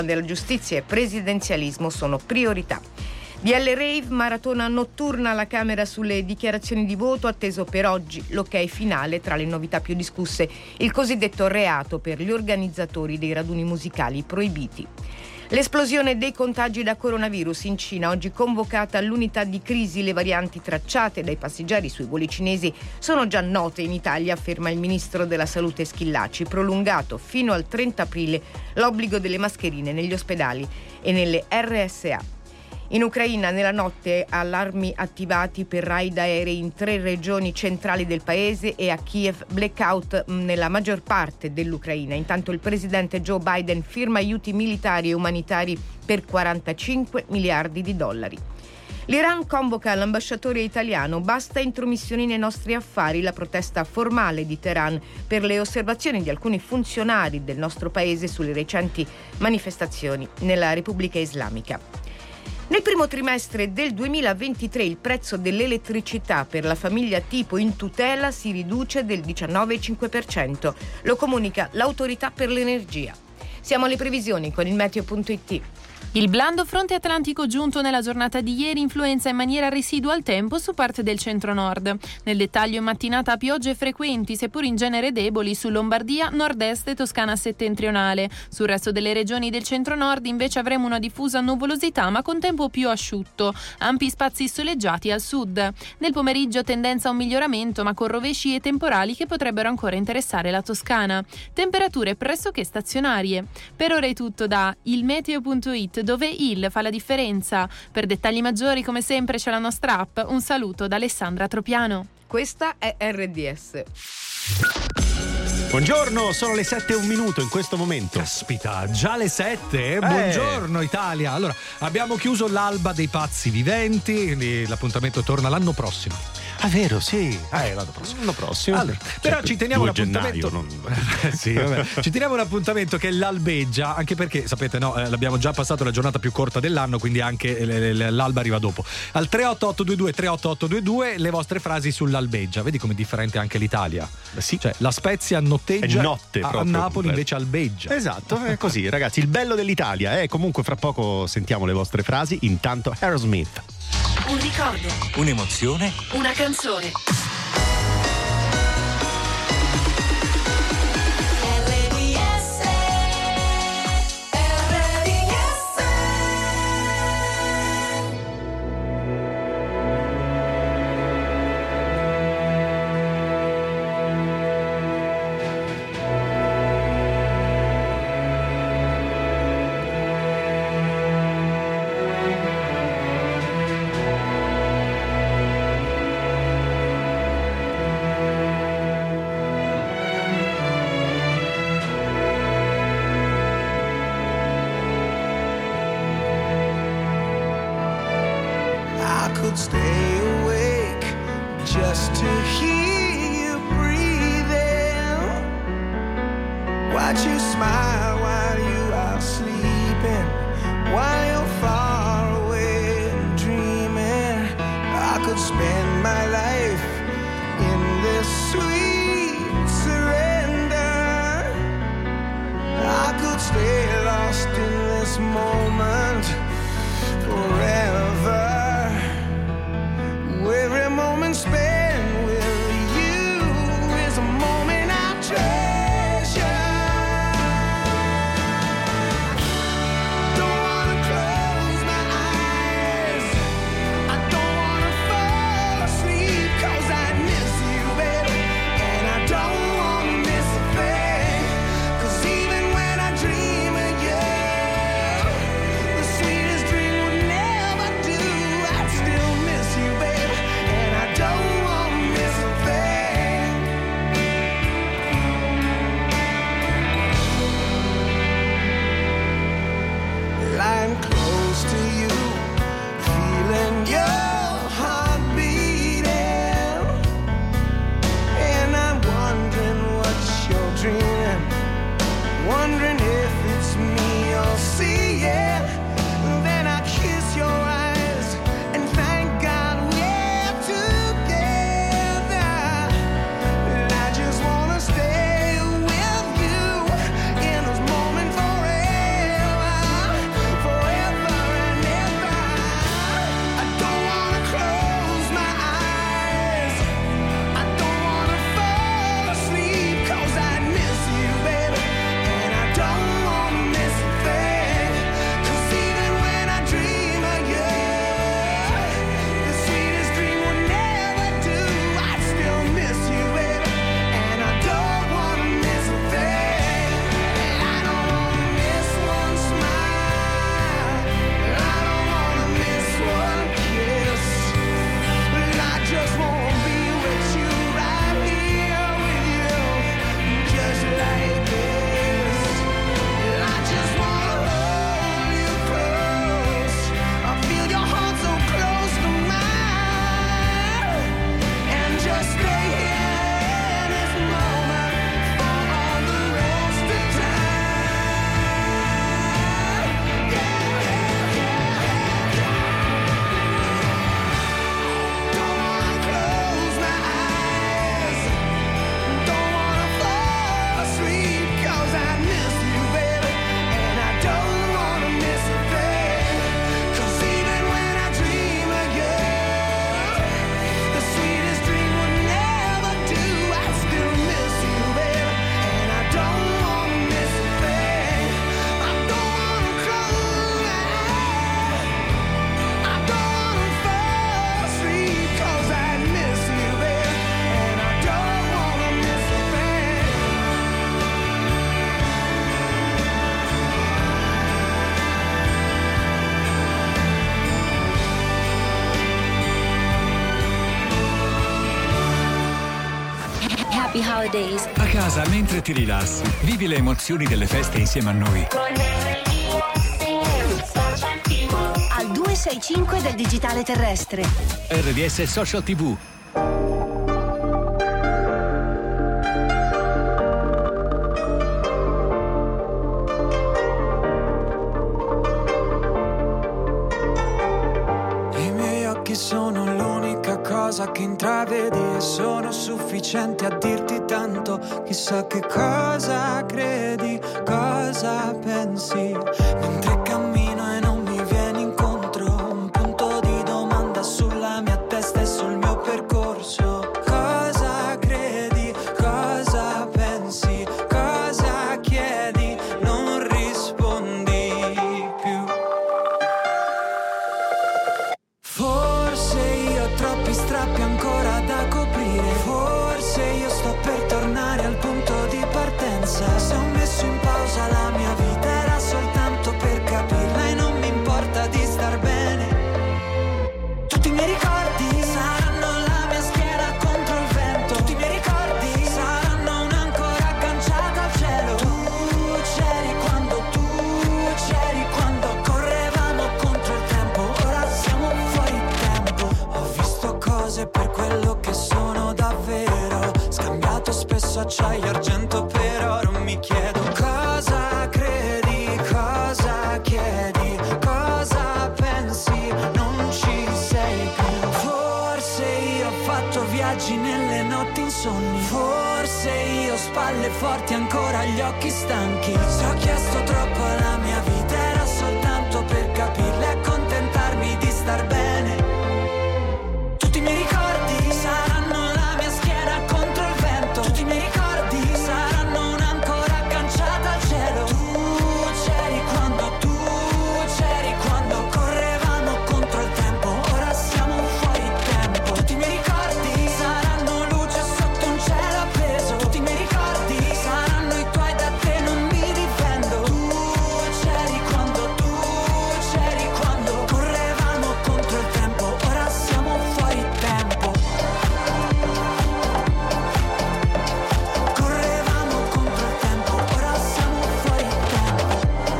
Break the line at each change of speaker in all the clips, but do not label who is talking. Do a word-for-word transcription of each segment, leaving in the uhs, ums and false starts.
della giustizia e presidenzialismo sono priorità. D L Rave, maratona notturna alla Camera sulle dichiarazioni di voto, atteso per oggi l'ok finale. Tra le novità più discusse, il cosiddetto reato per gli organizzatori dei raduni musicali proibiti. L'esplosione dei contagi da coronavirus in Cina, oggi convocata l'unità di crisi. Le varianti tracciate dai passeggeri sui voli cinesi sono già note in Italia, afferma il ministro della Salute Schillaci. Prolungato fino al trenta aprile l'obbligo delle mascherine negli ospedali e nelle R S A. In Ucraina, nella notte, allarmi attivati per raid aerei in tre regioni centrali del paese e a Kiev blackout nella maggior parte dell'Ucraina. Intanto il presidente Joe Biden firma aiuti militari e umanitari per quarantacinque miliardi di dollari. L'Iran convoca l'ambasciatore italiano, basta intromissioni nei nostri affari. La protesta formale di Teheran per le osservazioni di alcuni funzionari del nostro paese sulle recenti manifestazioni nella Repubblica Islamica. Nel primo trimestre del duemilaventitré il prezzo dell'elettricità per la famiglia tipo in tutela si riduce del diciannove virgola cinque per cento, lo comunica l'Autorità per l'Energia. Siamo alle previsioni con il meteo punto it.
Il blando fronte atlantico giunto nella giornata di ieri influenza in maniera residua il tempo su parte del centro-nord. Nel dettaglio in mattinata piogge frequenti, seppur in genere deboli, su Lombardia, nord-est e Toscana settentrionale. Sul resto delle regioni del centro-nord invece avremo una diffusa nuvolosità ma con tempo più asciutto, ampi spazi soleggiati al sud. Nel pomeriggio tendenza a un miglioramento ma con rovesci e temporali che potrebbero ancora interessare la Toscana. Temperature pressoché stazionarie. Per ora è tutto da il meteo punto it, dove il fa la differenza. Per dettagli maggiori, come sempre, c'è la nostra app. Un saluto da Alessandra Tropiano.
Questa è R D S.
Buongiorno, sono le sette e un minuto in questo momento.
Caspita, già le sette? Eh? Buongiorno Italia. Allora, abbiamo chiuso l'alba dei pazzi viventi, l'appuntamento torna l'anno prossimo.
Ah, vero, sì.
Eh, l'anno prossimo.
L'anno prossimo.
Allora, però
cioè,
ci teniamo un
gennaio,
appuntamento.
non...
sì, vabbè. Ci teniamo un appuntamento che è l'albeggia, anche perché sapete, no, eh, l'abbiamo già passato la giornata più corta dell'anno, quindi anche l- l- l'alba arriva dopo. Al tre otto otto due due tre otto otto due due le vostre frasi sull'albeggia. Vedi com'è differente anche l'Italia?
Beh, sì.
Cioè, la Spezia notteggia,
è notte,
a, a
proprio.
Napoli invece albeggia.
Esatto, è così, ragazzi. Il bello dell'Italia, eh. Comunque fra poco sentiamo le vostre frasi. Intanto Aerosmith.
Un ricordo,
un'emozione,
una canzone.
Forever
holidays.
A casa mentre ti rilassi, vivi le emozioni delle feste insieme a noi.
Al duecentosessantacinque del digitale terrestre.
R D S Social tivù.
Sono l'unica cosa che intravedi e sono sufficiente a dirti tanto. Chissà che cosa credi, cosa pensi. Mentre cammino e non mi vieni incontro, un punto di domanda sulla mia testa e sul mio percorso. Cosa credi, cosa pensi, cosa chiedi, non rispondi più. Troppi strappi ancora da coprire. Forse io sto per tornare al punto di partenza. Se ho messo in pausa la mia vita era soltanto per capirla e non mi importa di star bene. Tutti i miei ricordi saranno la mia schiena contro il vento. Tutti i miei ricordi saranno un'ancora agganciata al cielo. Tu c'eri quando, tu c'eri quando correvamo contro il tempo. Ora siamo fuori tempo. Ho visto cose per quello che sono davvero, scambiato spesso acciaio, argento per oro. Mi chiedo cosa credi, cosa chiedi, cosa pensi, non ci sei più. Forse io ho fatto viaggi nelle notti insonni. Forse io ho spalle forti, ancora gli occhi stanchi. Se ho chiesto troppo alla mia vita era soltanto per capirla e accontentarmi di star bene. Tutti i miei ricordi saranno la mia schiena contro il vento. Tutti i miei ricordi saranno un'ancora agganciata al cielo. Tu c'eri quando, tu c'eri quando correvamo contro il tempo. Ora siamo fuori tempo. Tutti i miei ricordi saranno luce sotto un cielo appeso. Tutti i miei ricordi saranno i tuoi, da te non mi difendo. Tu c'eri quando, tu c'eri quando correvamo contro il tempo. Ora siamo fuori tempo. Correvamo contro il tempo, ora siamo fuori tempo.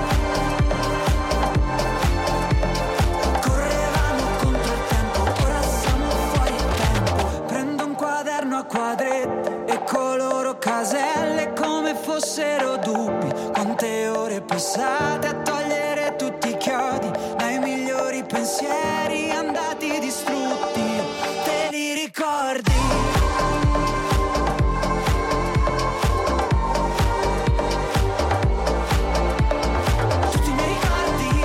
Correvamo contro il tempo, ora siamo fuori tempo. Prendo un quaderno a quadretti e coloro caselle come fossero dubbi. Quante ore passate a togliere tutti i chiodi dai migliori pensieri andati distrutti. Te li ricordi? Tutti i miei ricordi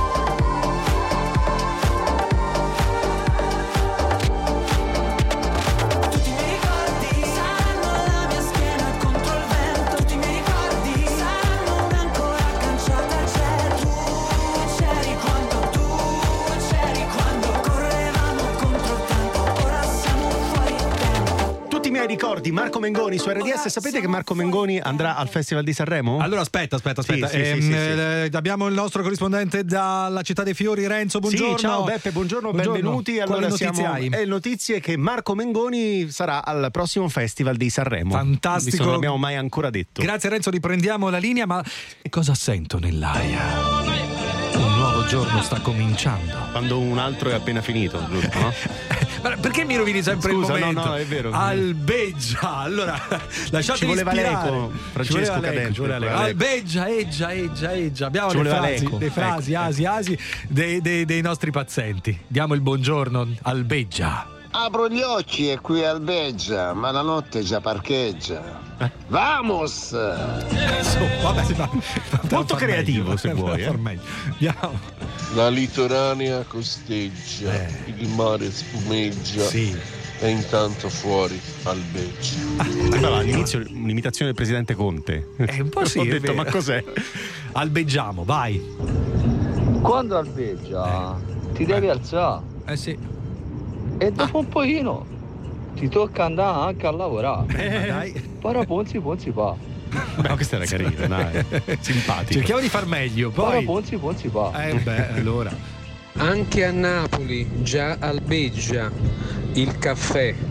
Tutti i miei ricordi saranno la mia schiena contro il vento. Tutti i miei ricordi saranno un'ancora agganciata al cielo. Tu c'eri quando, tu c'eri quando correvamo contro il tempo. Ora siamo fuori tempo.
Tutti i miei ricordi, Marco Mengoni su R D S. Sapete che Marco Mengoni andrà al Festival di Sanremo?
Allora aspetta, aspetta, aspetta.
Sì, sì,
Ehm,
sì, sì, sì.
eh, abbiamo il nostro corrispondente dalla Città dei Fiori, Renzo, buongiorno.
Sì, ciao Beppe, buongiorno,
Buongiorno.
benvenuti. Allora
Quali notizie
siamo
hai?
eh, notizie che Marco Mengoni sarà al prossimo Festival di Sanremo.
Fantastico.
Visto che non l'abbiamo mai ancora detto.
Grazie Renzo, riprendiamo la linea, ma cosa sento nell'aria? Un nuovo giorno sta cominciando.
Quando un altro è appena finito, giusto? No?
Ma perché mi rovini sempre
Scusa,
il
no,
momento?
no, è vero.
Albeggia. Allora, lasciatemi
Ci voleva
ispirare.
l'eco, Francesco
Ci voleva l'eco,
Cadente,
ci voleva
ci
l'eco.
voleva l'eco.
Albeggia, eggia, eggia, eggia. Abbiamo
Ci
le
voleva
frasi,
l'eco.
le frasi,
Ecco,
asi, asi dei, dei, dei nostri pazienti. Diamo il buongiorno. Albeggia.
Apro gli occhi e qui albeggia, ma la notte già parcheggia.
Eh?
Vamos!
So, vabbè, ma-
Molto
far
creativo,
meglio,
se
far
vuoi, eh.
meglio. Andiamo.
La litoranea costeggia,
Eh.
il mare spumeggia
Sì.
e intanto fuori albeggia.
Sembrava all'inizio un'imitazione del presidente Conte.
È un po' sì,
Ho
è
detto,
vero.
ma cos'è?
Albeggiamo, vai.
Quando albeggia ti devi alzare
Eh sì.
e dopo un pochino ti tocca andare anche a lavorare.
Eh, dai.
Para ponzi ponzi pa.
Beh, questa era carina, dai. Simpatico.
Cerchiamo di far meglio,
Para
poi.
ponzi ponzi pa.
Eh beh, allora.
Anche a Napoli già albeggia il caffè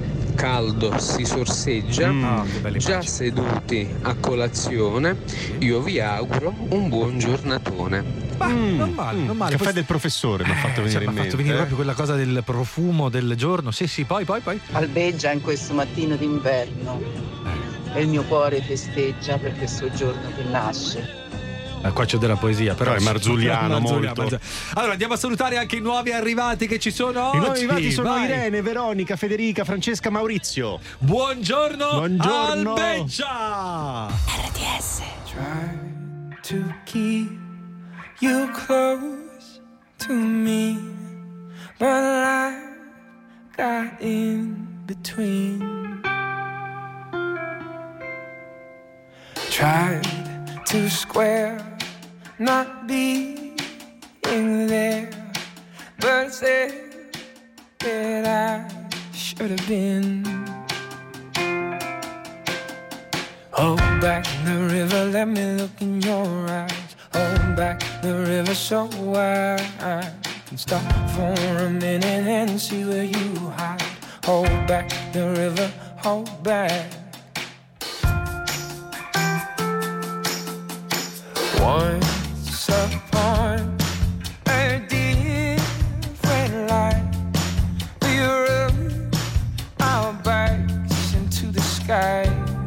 caldo si sorseggia,
Mm.
Ah, che belle
già
immagini.
seduti a colazione, io vi auguro un buon giornatone.
Ma
Mm,
non male,
mm.
non male.
Caffè
Poi-
del professore mi ha fatto
Eh,
venire
cioè,
in
mi ha
mente.
fatto venire
eh.
proprio quella cosa del profumo del giorno. Sì, sì, poi, poi, poi.
Albeggia in questo mattino d'inverno e il mio cuore festeggia per questo giorno che nasce.
Eh, qua c'è della poesia, però
Però è marzulliano molto.
marzulliano. Allora andiamo a salutare anche i nuovi arrivati che ci sono oggi.
I nuovi arrivati sono
Vai.
Irene, Veronica, Federica, Francesca, Maurizio.
Buongiorno,
Buongiorno.
Albeggia.
R T S.
Try to keep you close to me, but life got in between. Tried to square not being there, but said that I should have been. Hold back the river, let me look in your eyes. Hold back the river so I can stop for a minute and see where you hide. Hold back the river, hold back. Once upon a different life, we rode our bikes into the sky.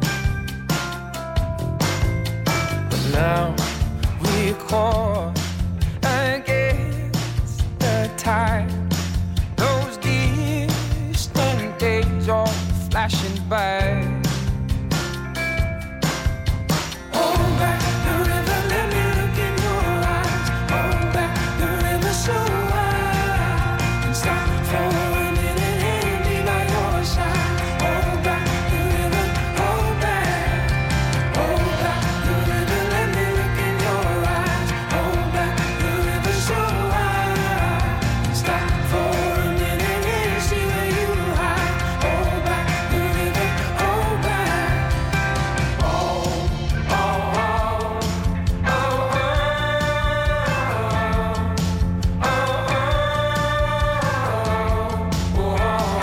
Now we caught against the tide. Those distant days all flashing by. Hold back the river, let me look in your eyes. Hold back the river so I can stop for a minute and be by your side. Hold back the river, hold back. Hold back the river, let me look in your eyes. Hold back the river so I can stop for a minute and see where you hide. Hold back the river, hold back. Oh, oh, oh, oh, oh, oh, oh,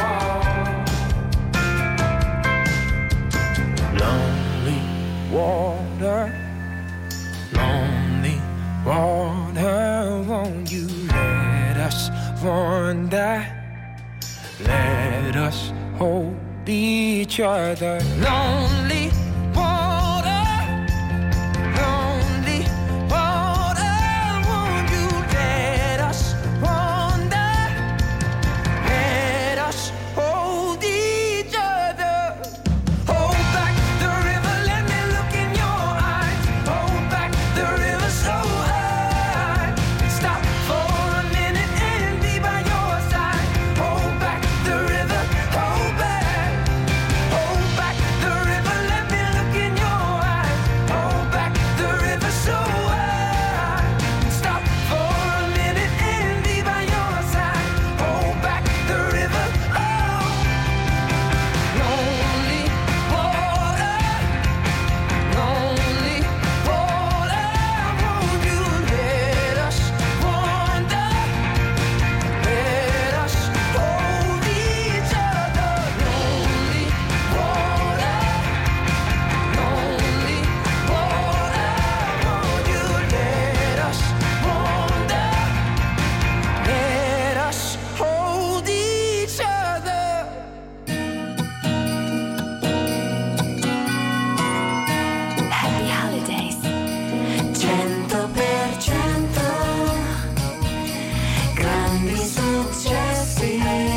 oh. Lonely water, lonely water, won't you let us wander? Let us hold each other. Lonely water, lonely water, won't you let us wander? Let us hold each other. Hold back the river, let me look in your eyes. Hold back the river so high. Stop for a minute and be by your side. Hold back the river, hold back. Hold back the river, let me look in your eyes. Hold back the river so high. Stop for a minute and be by your side. Hold back the river, oh. Lonely water, lonely water, won't you let us wander? Let us hold each other. Lonely water, lonely water, won't you let us wander? Let us hold each other.
Happy Holidays. cento per cento grandi successi.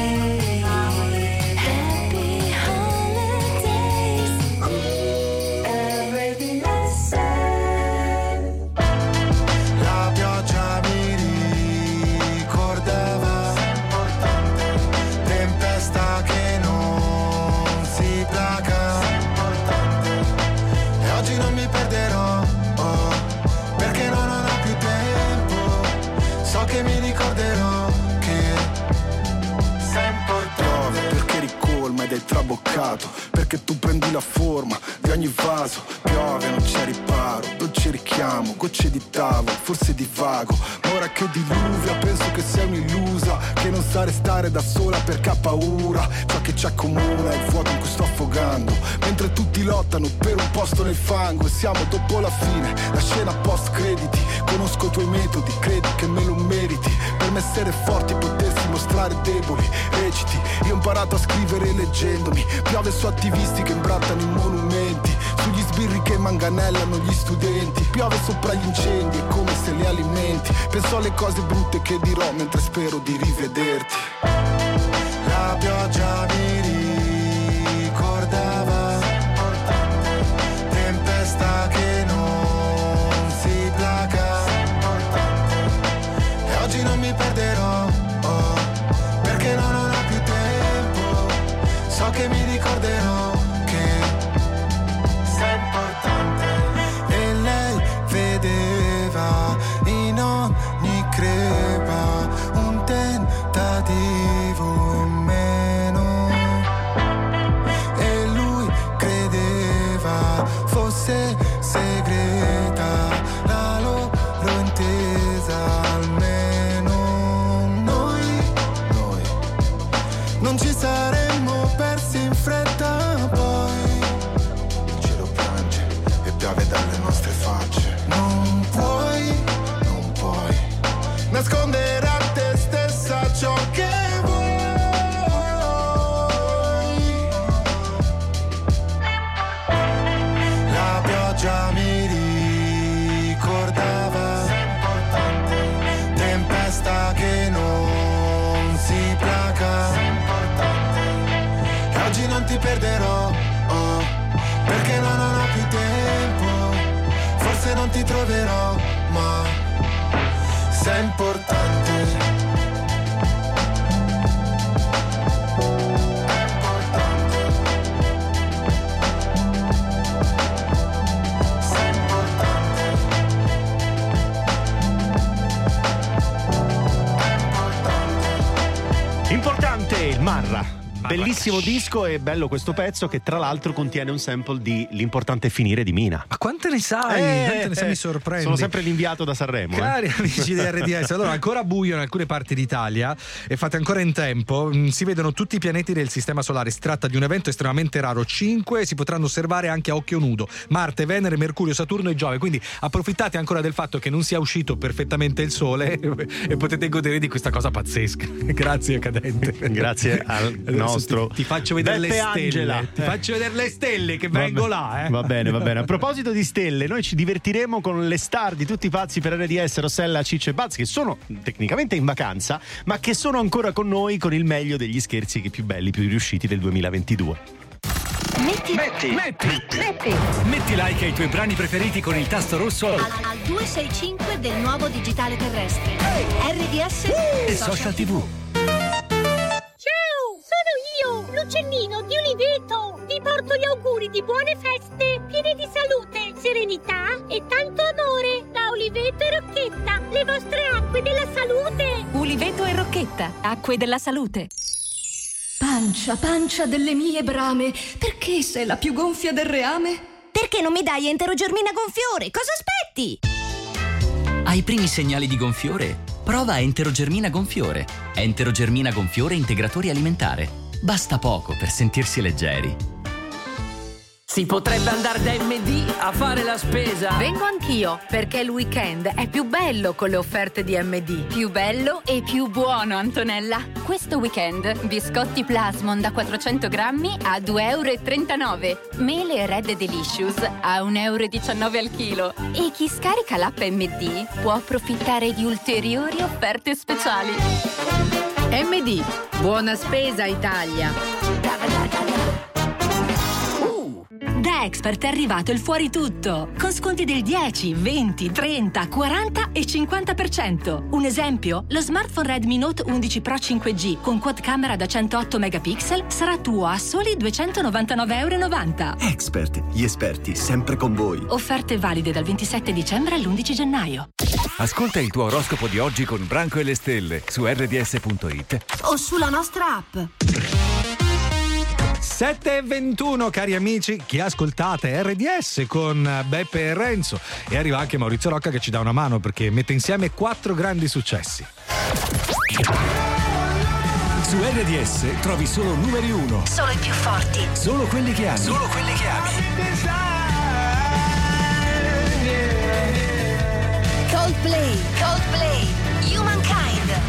Happy Holidays. R D S.
La pioggia mi ricordava tempesta che non si placa. E oggi non mi perderò, oh, perché non ho più tempo. So che mi ricorderò che sempre trovi perché ricordi.
colma ed hai traboccato, perché tu prendi la forma di ogni vaso. Piove, non c'è riparo, dolce richiamo, gocce di tavolo, forse divago. Ma ora che diluvia penso che sei un'illusa, che non sa restare da sola perché ha paura. Ciò che ci accomuna è il vuoto in cui sto affogando, mentre tutti lottano per un posto nel fango. E siamo dopo la fine, la scena post crediti. Conosco i tuoi metodi, credi che me lo meriti. Per me essere forti, potersi mostrare deboli. Reciti, io ho imparato a scrivere leggendomi. Piove su attivisti che imbrattano i monumenti, sugli sbirri che manganellano gli studenti. Piove sopra gli incendi, è come se li alimenti. Penso alle cose brutte che dirò mentre spero di rivederti. La pioggia mi ricordava, tempesta che non si placa. E oggi non mi perderò, oh, perché no, non ho più tempo. So che mi ricorderò che sei importante. E lei vedeva in ogni crepa un tentativo in meno, e lui credeva fosse segreta la loro intesa. Almeno noi, noi non ci saremmo persi in fretta. Poi il cielo piange e piove dalle nostre facce. Non puoi, non puoi nascondere a te stessa ciò che vuoi. La pioggia mi ricordava, tempesta che non si placa. E oggi non ti perderò, oh, perché no, non ho più tempo. Forse non ti troverò, ma sei importante.
Importante il Marra. Bellissimo disco e bello questo pezzo che tra l'altro contiene un sample di L'importante è finire di Mina.
Ma quante ne sai?
Eh,
quante ne sai,
eh,
mi sorprendi.
Sono sempre l'inviato da Sanremo.
Cari
eh.
amici di R D S, allora ancora buio in alcune parti d'Italia e fate ancora in tempo. Si vedono tutti i pianeti del sistema solare. Si tratta di un evento estremamente raro. Cinque si potranno osservare anche a occhio nudo: Marte, Venere, Mercurio, Saturno e Giove. Quindi approfittate ancora del fatto che non sia uscito perfettamente il sole e potete godere di questa cosa pazzesca. Grazie Cadente.
Grazie al nostro
ti, ti faccio vedere
Beppe
le stelle.
Angela.
Ti faccio vedere le stelle che vengo là, eh.
Va bene, va bene. A proposito di stelle, noi ci divertiremo con le star di tutti i pazzi per R D S, Rossella, Ciccio e Buzz, che sono tecnicamente in vacanza, ma che sono ancora con noi con il meglio degli scherzi che più belli, più riusciti del duemilaventidue.
Metti,
Metti, metti,
metti
metti like ai tuoi brani preferiti con il tasto rosso
al, al duecentosessantacinque del nuovo digitale terrestre. R D S
e Social tivù.
Sono io, l'uccellino di Uliveto. Vi porto gli auguri di buone feste, piene di salute, serenità e tanto amore da Uliveto e Rocchetta, le vostre acque della salute.
Uliveto e Rocchetta, acque della salute. Pancia, pancia delle mie brame, perché sei la più gonfia del reame?
Perché non mi dai Enterogermina Gonfiore? Cosa aspetti?
Ai primi segnali di gonfiore, prova Enterogermina Gonfiore. Enterogermina Gonfiore Integratori Alimentare. Basta poco per sentirsi leggeri.
Si potrebbe andare da M D a fare la spesa.
Vengo anch'io, perché il weekend è più bello con le offerte di M D.
Più bello e più buono, Antonella. Questo weekend biscotti Plasmon da quattrocento grammi a due euro e trentanove. Mele Red Delicious a un euro e diciannove al chilo. E chi scarica l'app M D può approfittare di ulteriori offerte speciali.
M D, buona spesa Italia.
Da Expert è arrivato il fuori tutto, con sconti del dieci, venti, trenta, quaranta e cinquanta per cento. Un esempio, lo smartphone Redmi Note undici Pro cinque G con quad camera da centootto megapixel sarà tuo a soli duecentonovantanove euro e novanta.
Expert, gli esperti sempre con voi.
Offerte valide dal ventisette dicembre all'undici gennaio.
Ascolta il tuo oroscopo di oggi con Branco e le stelle su erre di esse punto it
O sulla nostra app.
sette e ventuno, cari amici, chi ascoltate R D S con Beppe e Renzo. E arriva anche Maurizio Rocca che ci dà una mano perché mette insieme quattro grandi successi.
Su R D S trovi solo numeri uno.
Solo i più forti.
Solo quelli che ami.
Solo quelli che ami.
Coldplay. Coldplay. Humankind.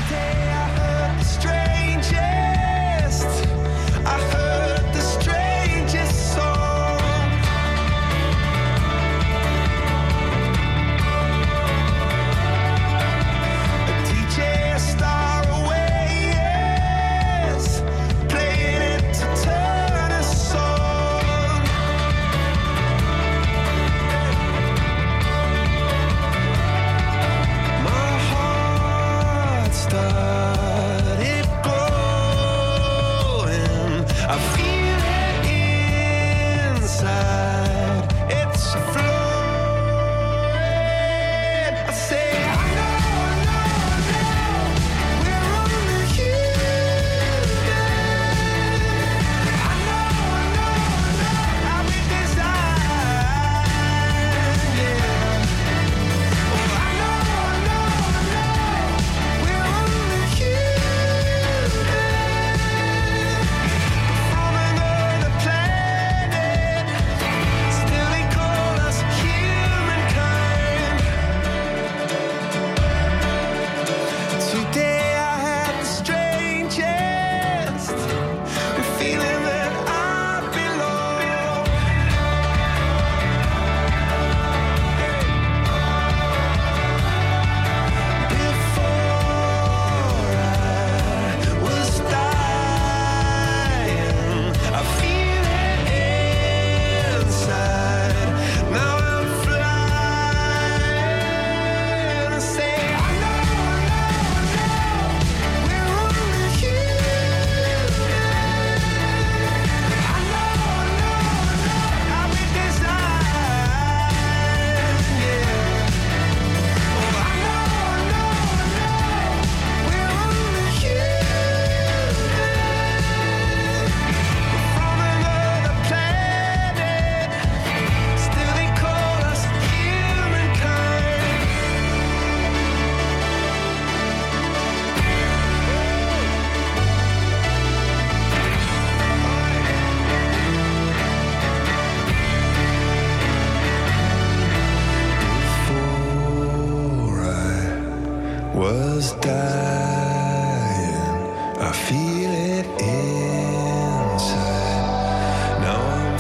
was dying. I feel it inside. Now I'm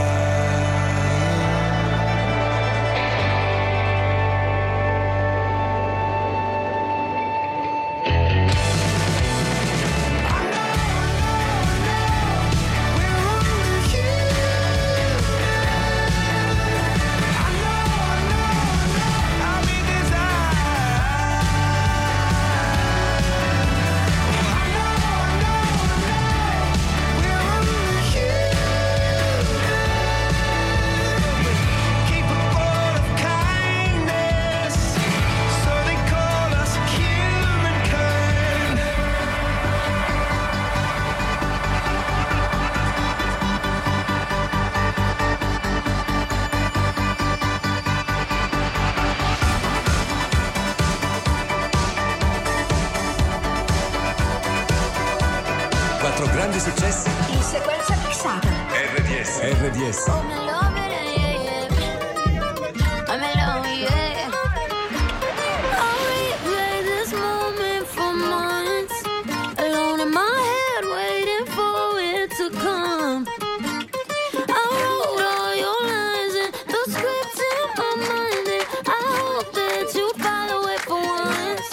grandi successi
in sequenza fissata.
R D S R D S
Oh, my love it, yeah, yeah. I'm alone, yeah. I'll replay this moment for months, alone in my head, waiting for it to come. I wrote all your lines and the scripts in my mind, and I hope that you follow it for once.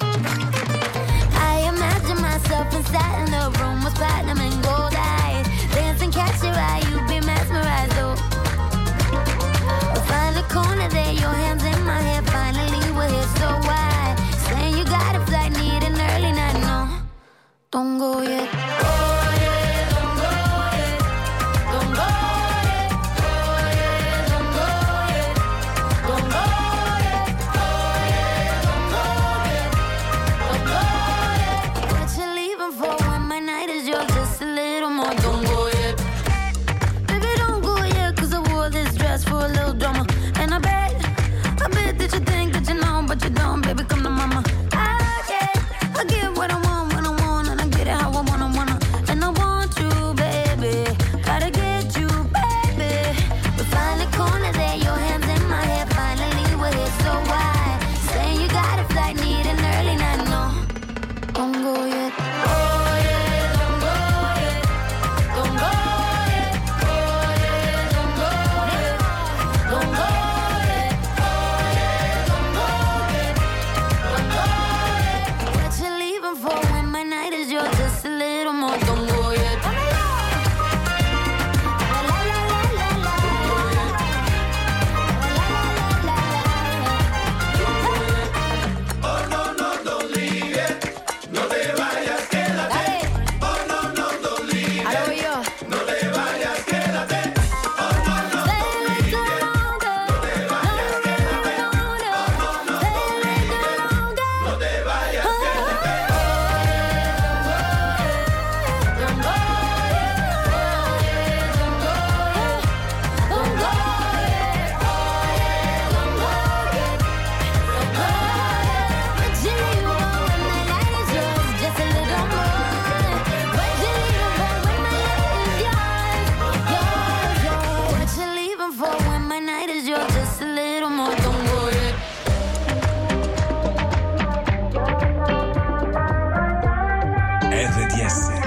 I imagine myself inside in the room with platinum and gold eyes, dancing, catch your eye, you be mesmerized, oh.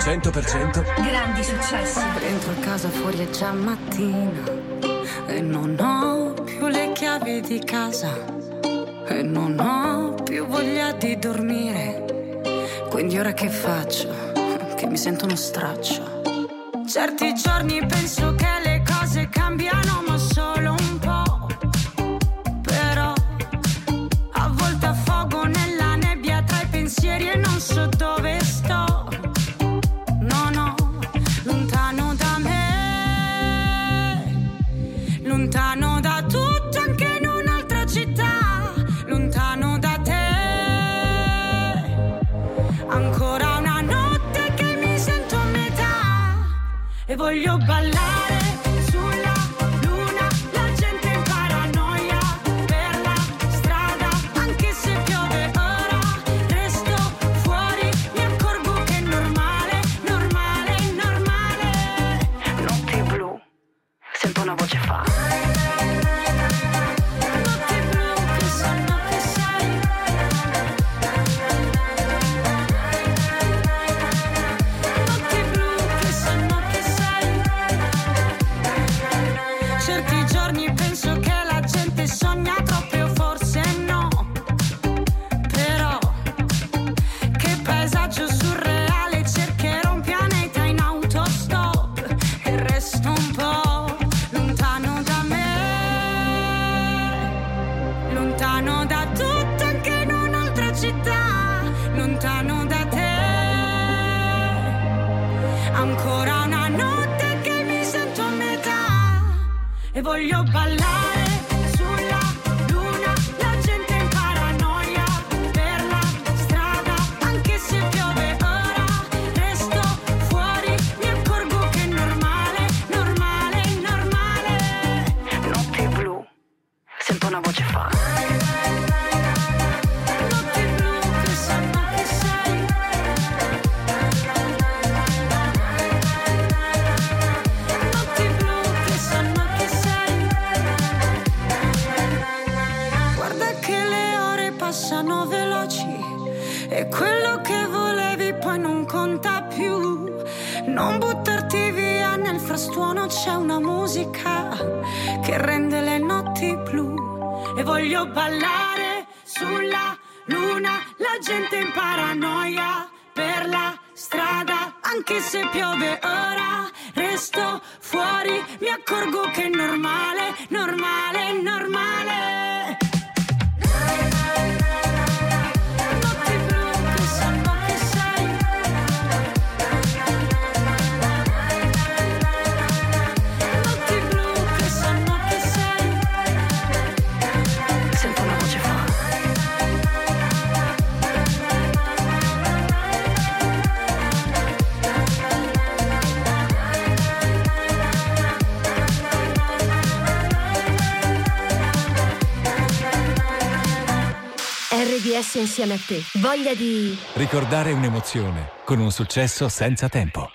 cento per cento
grandi successi.
Dentro casa, fuori è già mattina e non ho più le chiavi di casa e non ho più voglia di dormire. Quindi ora che faccio? Che mi sento uno straccio. Certi giorni penso che le cose cambiano, ma solo un po'. Però a volte affogo nella nebbia tra i pensieri e non so dove sto. No, no, lontano da me, lontano da tutto, anche in un'altra città, lontano da te. Ancora una notte che mi sento a metà e voglio ballare sulla luna, la gente in paranoia per la strada, anche se piove ora resto fuori, mi accorgo che è normale, normale, normale. Notti blu, sento una voce fa. Notti blu che sanno che sei. Notti blu che sanno che sei. Certi giorni penso che la gente sogna troppo, io forse no. Però che paesaggio surreale, cercherò un pianeta in autostop e resto un po' lontano da me, lontano da tutto, anche in un'altra città, lontano da te. Ancora una notte che mi sento a metà e voglio ballare sulla luna, la gente in paranoia per la strada, anche se piove ora resto fuori, mi accorgo che è normale, normale, normale. Notti blu, sento una voce fa. Notti blu che sanno che sei. Notti blu che sanno che sei. Guarda che le ore passano veloci e quello che volevi poi non conta più. Non buttarti via, nel frastuono c'è una musica che rende le notti blu e voglio ballare sulla luna, la gente in paranoia per la strada, anche se piove ora resto fuori, mi accorgo che è normale, normale, normale. Notti blu che sanno che sei. Notti blu che sanno che sei. Sento una voce fa.
R D S insieme a te. Voglia di...
Ricordare un'emozione con un successo senza tempo.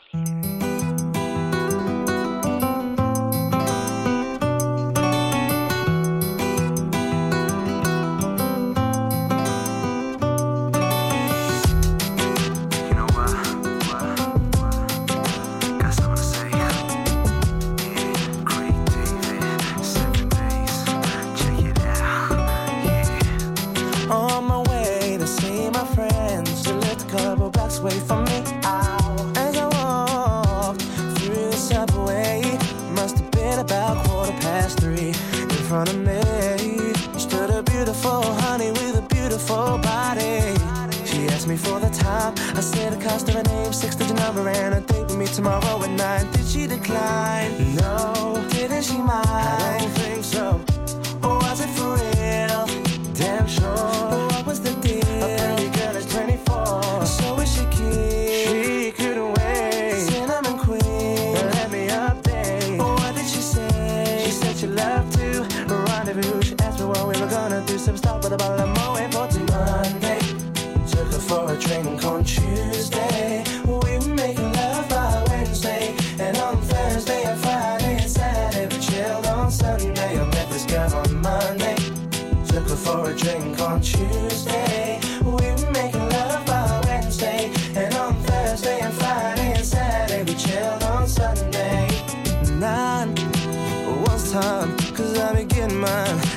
On my way to see my friends, who lived a couple blocks away from me. Ow. As I walked through the subway, must have been about quarter past three. In front of me stood a beautiful honey with a beautiful body. She asked me for the time. I said the cost of her name, six-digit number, and a date with me tomorrow at nine. Did she decline? No. Didn't she mind? I don't think so. Or was it for real? Damn sure. What was the deal? A pretty girl is twenty-four, so is she cute? She couldn't wait. Cinnamon queen, let me update. What did she say? She said she loved to rendezvous. She asked me what we were gonna do. Some stop with a bottle of Moet for Monday. Took her for a drink on Tuesday. We were making love by Wednesday, and on Thursday and Friday and Saturday we chilled on Sunday. I met this girl on Monday. Took her for a drink on Tuesday. We were making love by Wednesday, and on Thursday and Friday and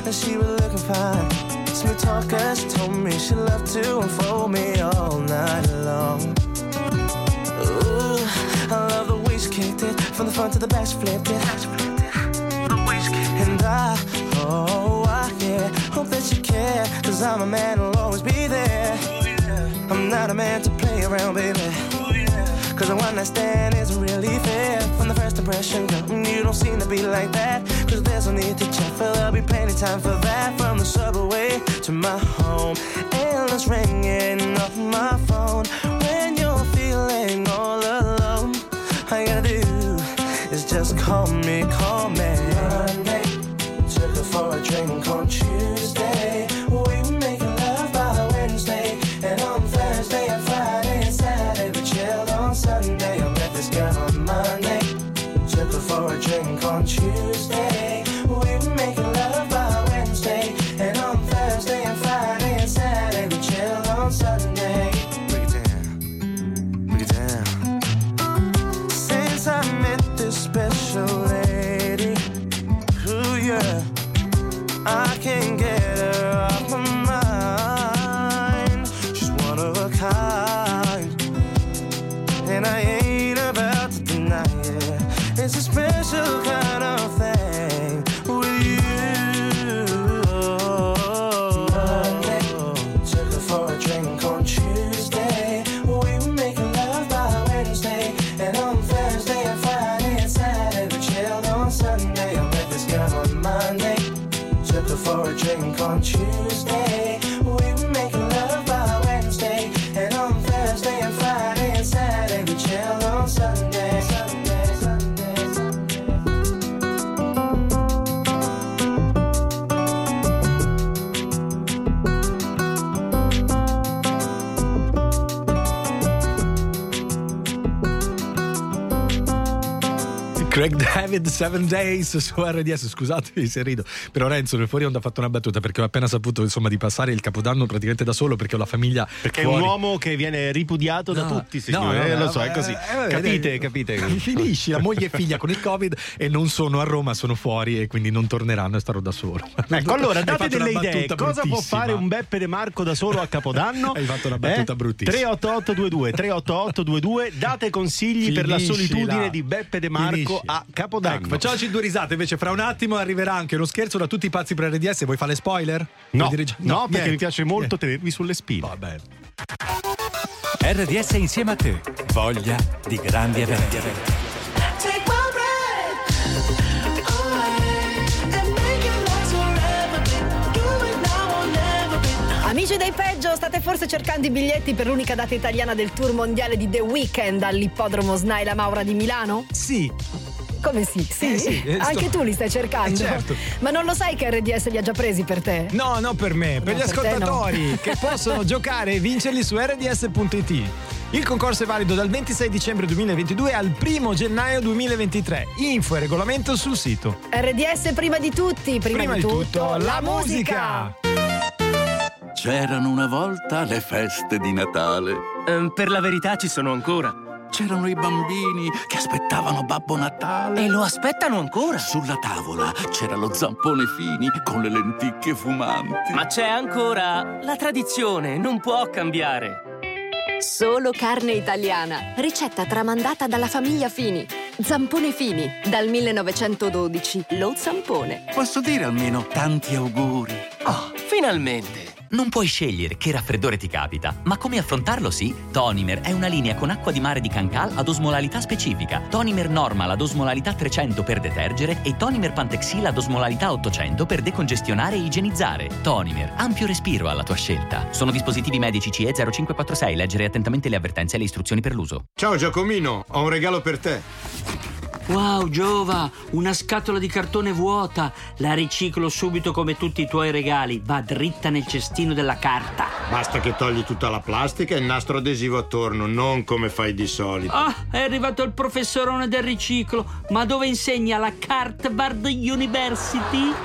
and she was looking fine. Smooth talker, she told me she loved to unfold me all night long. Ooh, I love the way she kicked it, from the front to the back, she flipped it. The way she kicked it. And I, oh, I, yeah, hope that you care, cause I'm a man who'll always be there. I'm not a man to play around, baby, cause a one night stand isn't really fair. From the first impression, girl, you don't seem to be like that. Cause there's no need to check, for there'll be plenty time for that. From the subway to my home, endless ringing off my phone. When you're feeling all alone, all you gotta do is just call me, call me. Monday, took her for a drink on Tuesday. We making love by Wednesday, and on Thursday and Friday and Saturday we chilled on Sunday. I met this girl on Monday, took her for a drink on Tuesday. We were making love by Wednesday, and on Thursday and Friday and Saturday we chilled on Sunday. Break it down, break it down. Since I met this special lady, ooh yeah, I can't get her off my mind. She's one of a kind, and I ain't about to deny it. It's a special kind of thing with you. Monday, took her for a drink on Tuesday. We were making love by Wednesday, and on Thursday and Friday and Saturday we chilled on Sunday. I met this girl on Monday, took her for a drink on Tuesday. We were making love by Wednesday, and on Thursday and Friday and Saturday we chilled on Sunday. Sunday, Sunday, Sunday.
Craig David, Seven Days su R D S. Scusatemi se rido, però Renzo nel fuori onda ha fatto una battuta, perché ho appena saputo insomma di passare il Capodanno praticamente da solo, perché ho la famiglia
perché
fuori.
È un uomo che viene ripudiato no, da tutti, signore,
no, no,
eh, lo
no,
so,
eh,
è così.
eh,
capite,
eh,
capite.
Finisci, la moglie e figlia con il Covid e non sono a Roma, sono fuori e quindi non torneranno e starò da solo.
Ecco, allora date delle idee. Cosa può
bruttissima.
fare un Beppe De Marco da solo a Capodanno?
Hai fatto una battuta
eh?
bruttissima.
tre otto otto due due tre otto otto due due, date consigli per la solitudine di Beppe De Marco Finisci. a Capodanno.
Ecco, facciamoci due risate, invece fra un attimo arriverà anche uno scherzo da tutti i pazzi per R D S. Vuoi fare spoiler?
No,
dire...
no, no, perché
niente.
mi piace molto
niente.
tenervi sulle spine.
Va bene.
R D S insieme a te. Voglia di grandi eventi.
Amici dei Peggio, state forse cercando i biglietti per l'unica data italiana del tour mondiale di The Weeknd all'ippodromo Snaila Maura di Milano?
Sì.
Come sì? Sì?
Eh sì eh,
Anche
sto...
tu li stai cercando?
Eh certo.
Ma non lo sai che R D S li ha già presi per te?
No, no per me, per
no,
gli
per
ascoltatori
no.
che possono giocare e vincerli su R D S punto it. Il concorso è valido dal ventisei dicembre duemilaventidue al primo gennaio duemilaventitré. Info e regolamento sul sito.
R D S prima di tutti, prima,
prima
di,
di
tutto,
tutto, la musica.
C'erano una volta le feste di Natale.
Eh, per la verità ci sono ancora.
C'erano i bambini che aspettavano Babbo Natale.
E lo aspettano ancora.
Sulla tavola c'era lo zampone Fini con le lenticchie fumanti.
Ma c'è ancora la tradizione, non può cambiare.
Solo carne italiana. Ricetta tramandata dalla famiglia Fini. Zampone Fini, dal millenovecentododici. Lo zampone.
Posso dire almeno tanti auguri?
Oh, finalmente.
Non puoi scegliere che raffreddore ti capita, ma come affrontarlo sì? Tonimer è una linea con acqua di mare di Cancal ad osmolarità specifica. Tonimer Normal ad osmolarità trecento per detergere e Tonimer Pantexil ad osmolarità ottocento per decongestionare e igienizzare. Tonimer, ampio respiro alla tua scelta. Sono dispositivi medici C E zero cinque quattro sei. Leggere attentamente le avvertenze e le istruzioni per l'uso.
Ciao Giacomino, ho un regalo per te.
Wow, Giova, una scatola di cartone vuota. La riciclo subito come tutti i tuoi regali. Va dritta nel cestino della carta.
Basta che togli tutta la plastica e il nastro adesivo attorno, non come fai di solito.
Ah, è arrivato il professorone del riciclo. Ma dove insegna la Cartbard University?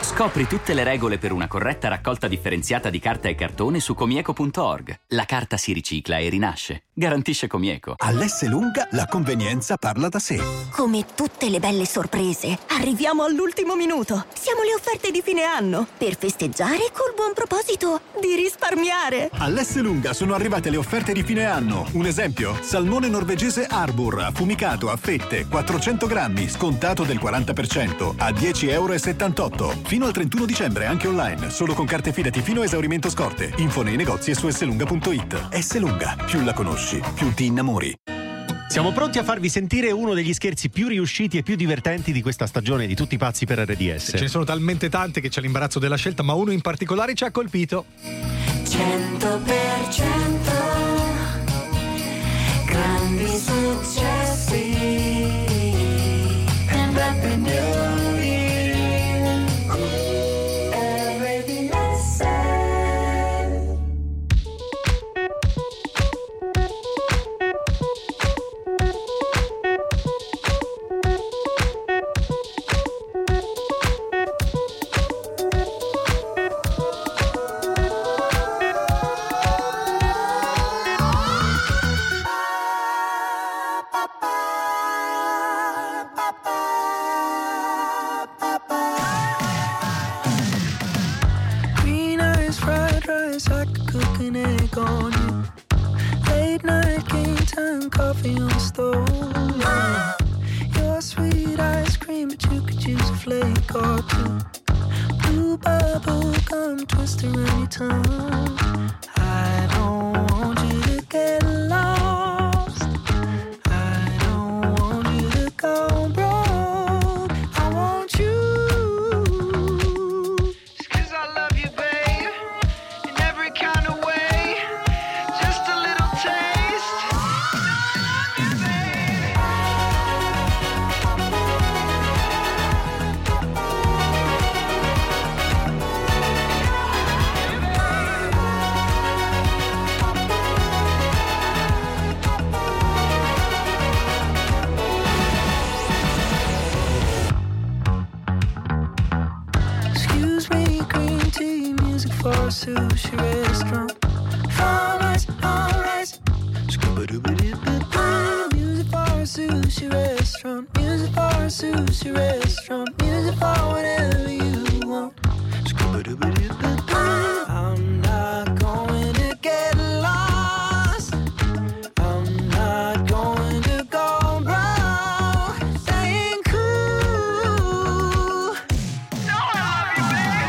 Scopri tutte le regole per una corretta raccolta differenziata di carta e cartone su comieco punto org. La carta si ricicla e rinasce. Garantisce Comieco.
All'Esselunga la convenienza parla da sé.
Come tutte le belle sorprese, arriviamo all'ultimo minuto. Siamo le offerte di fine anno per festeggiare col buon proposito di risparmiare.
All'Esselunga sono arrivate le offerte di fine anno. Un esempio: salmone norvegese Arbor, affumicato a fette, quattrocento grammi, scontato del quaranta per cento, a dieci virgola settantotto euro. Fino al trentuno dicembre anche online, solo con carte fidati fino a esaurimento scorte. Info nei negozi e su esselunga punto it. Esselunga, più la conosci, più ti innamori.
Siamo pronti a farvi sentire uno degli scherzi più riusciti e più divertenti di questa stagione di Tutti pazzi per R D S.
Ce ne sono talmente tante che c'è l'imbarazzo della scelta, ma uno in particolare ci ha colpito.
cento per cento grandi successi and happy new year. R D S. I could cook an egg on you. Late night game time, coffee on the stove. Yeah. Your sweet ice cream, but you could use a flake or two. Blue bubble gum twist around your tongue. I don't want you to get lost. I don't want you to go broke. I want you. For a sushi restaurant, all rice, all rice. Music for a sushi restaurant, music for a sushi restaurant, music for whatever you want. I'm not going to get lost. I'm not going to go broke. Staying cool. No, I love you, baby.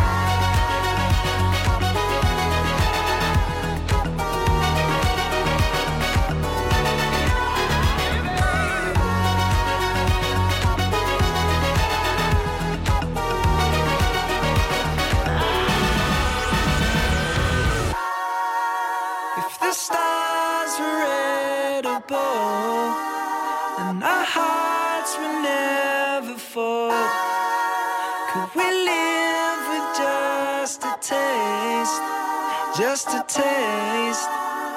The stars were edible, and our hearts would never fall. Could we live with just a taste, just a taste?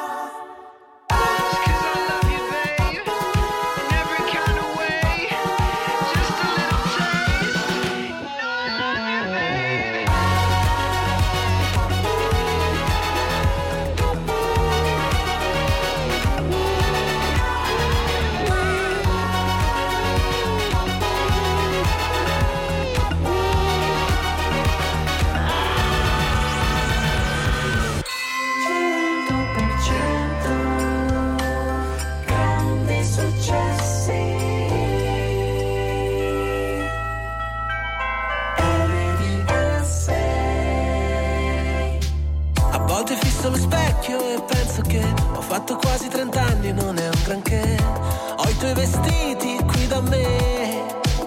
Lo specchio e penso che ho fatto quasi trent'anni, non è un granché. Ho i tuoi vestiti qui da me